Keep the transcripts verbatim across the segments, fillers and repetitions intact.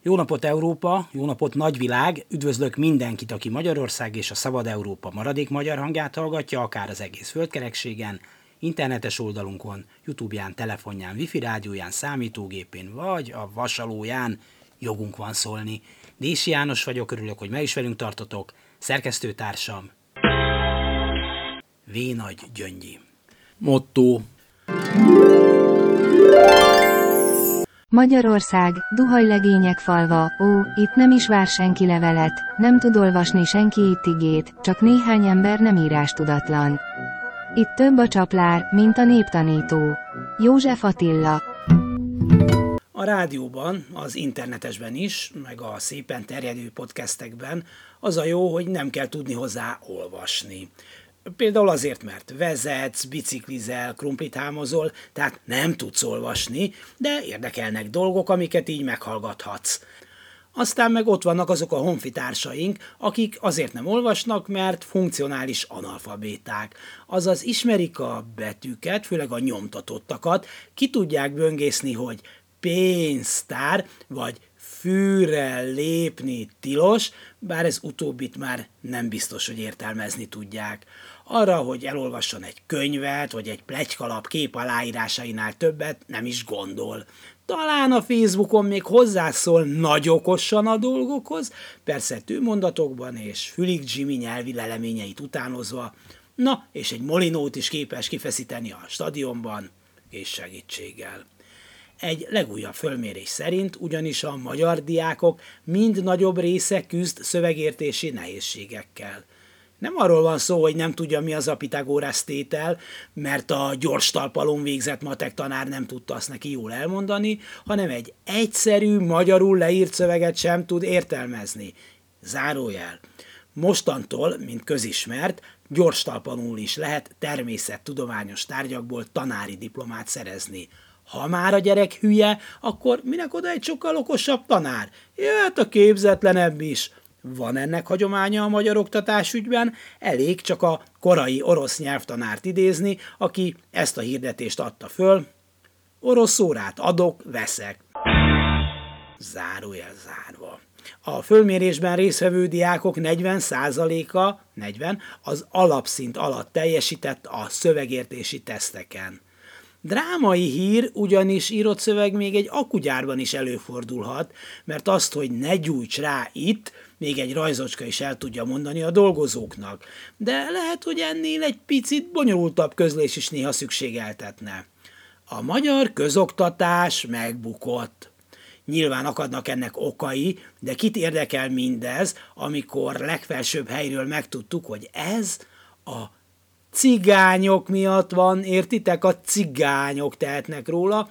Jó napot Európa, jó napot nagyvilág, üdvözlök mindenkit, aki Magyarország és a Szabad Európa maradék magyar hangját hallgatja, akár az egész földkerekségen, internetes oldalunkon, YouTube-ján, telefonján, wifi rádióján, számítógépén vagy a vasalóján. Jogunk van szólni. Dési János vagyok, örülök, hogy meg is velünk tartotok. Szerkesztőtársam V. Nagy Gyöngyi. Motto: Magyarország, duhajlegények falva, ó, itt nem is vár senki levelet, nem tud olvasni senki itt igét, csak néhány ember nem írástudatlan. Itt több a csaplár, mint a néptanító. József Attila. A rádióban, az internetesben is, meg a szépen terjedő podcastekben az a jó, hogy nem kell tudni hozzá olvasni. Például azért, mert vezetsz, biciklizel, krumplit hámozol, tehát nem tudsz olvasni, de érdekelnek dolgok, amiket így meghallgathatsz. Aztán meg ott vannak azok a honfitársaink, akik azért nem olvasnak, mert funkcionális analfabéták. Azaz ismerik a betűket, főleg a nyomtatottakat, ki tudják böngészni, hogy pénztár, vagy fűrrel lépni tilos, bár ez utóbbit már nem biztos, hogy értelmezni tudják. Arra, hogy elolvasson egy könyvet, vagy egy pletykalap kép aláírásainál többet, nem is gondol. Talán a Facebookon még hozzászól nagy okosan a dolgokhoz, persze tőmondatokban és Fülig Jimmy nyelvi leleményeit utánozva, na, és egy molinót is képes kifeszíteni a stadionban, és segítséggel. Egy legújabb fölmérés szerint ugyanis a magyar diákok mind nagyobb része küzd szövegértési nehézségekkel. Nem arról van szó, hogy nem tudja, mi az a Pitagórasz tétel, mert a gyors talpalón végzett matek tanár nem tudta azt neki jól elmondani, hanem egy egyszerű, magyarul leírt szöveget sem tud értelmezni. Zárójel. Mostantól, mint közismert, gyors talpalón is lehet természettudományos tárgyakból tanári diplomát szerezni. Ha már a gyerek hülye, akkor minek oda egy sokkal okosabb tanár? Jöhet a képzetlenebb is. Van ennek hagyománya a magyar oktatásügyben, elég csak a korai orosz nyelvtanárt idézni, aki ezt a hirdetést adta föl: orosz órát adok, veszek. Zárójel zárva. A fölmérésben résztvevő diákok negyven százaléka, negyven, az alapszint alatt teljesített a szövegértési teszteken. Drámai hír, ugyanis írott szöveg még egy akugyárban is előfordulhat, mert azt, hogy ne gyújts rá itt, még egy rajzocska is el tudja mondani a dolgozóknak. De lehet, hogy ennél egy picit bonyolultabb közlés is néha szükségeltetne. A magyar közoktatás megbukott. Nyilván akadnak ennek okai, de kit érdekel mindez, amikor legfelsőbb helyről megtudtuk, hogy ez a cigányok miatt van, értitek? A cigányok tehetnek róla.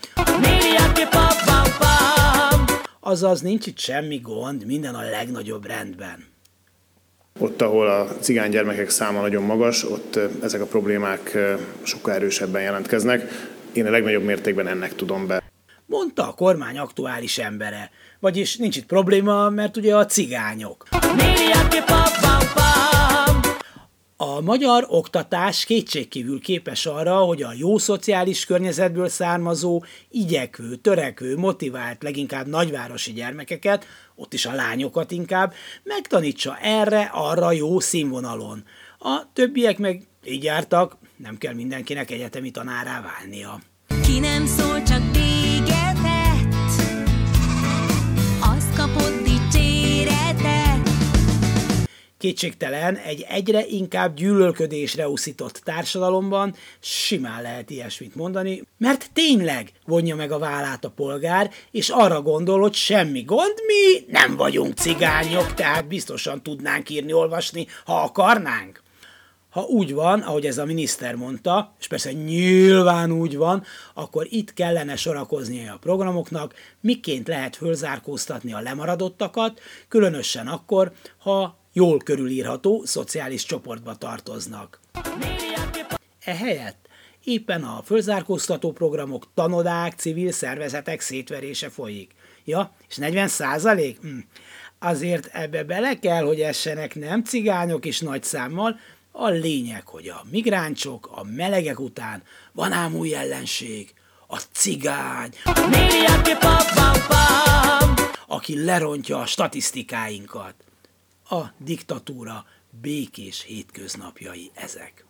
Azaz nincs itt semmi gond, minden a legnagyobb rendben. Ott, ahol a cigány gyermekek száma nagyon magas, ott ezek a problémák sokkal erősebben jelentkeznek. Én a legnagyobb mértékben ennek tudom be. Mondta a kormány aktuális embere. Vagyis nincs itt probléma, mert ugye a cigányok. A magyar oktatás kétségkívül képes arra, hogy a jó szociális környezetből származó, igyekvő, törekvő, motivált, leginkább nagyvárosi gyermekeket, ott is a lányokat inkább, megtanítsa erre, arra jó színvonalon. A többiek meg így jártak, nem kell mindenkinek egyetemi tanárrá válnia. Ki nem szól, csak téged vett, azt kapott dicséretet. Kétségtelen, egy egyre inkább gyűlölködésre uszított társadalomban simán lehet ilyesmit mondani, mert tényleg vonja meg a vállát a polgár, és arra gondol, hogy semmi gond, mi nem vagyunk cigányok, tehát biztosan tudnánk írni, olvasni, ha akarnánk. Ha úgy van, ahogy ez a miniszter mondta, és persze nyilván úgy van, akkor itt kellene sorakoznia a programoknak, miként lehet fölzárkóztatni a lemaradottakat, különösen akkor, ha jól körülírható szociális csoportba tartoznak. Ehelyett éppen a fölzárkóztató programok, tanodák, civil szervezetek szétverése folyik. Ja, és negyven százalék? Hm. Azért ebbe bele kell, hogy essenek nem cigányok is nagy számmal, a lényeg, hogy a migránsok, a melegek után van ám új ellenség, a cigány. aki lerontja a statisztikáinkat. A diktatúra békés hétköznapjai ezek.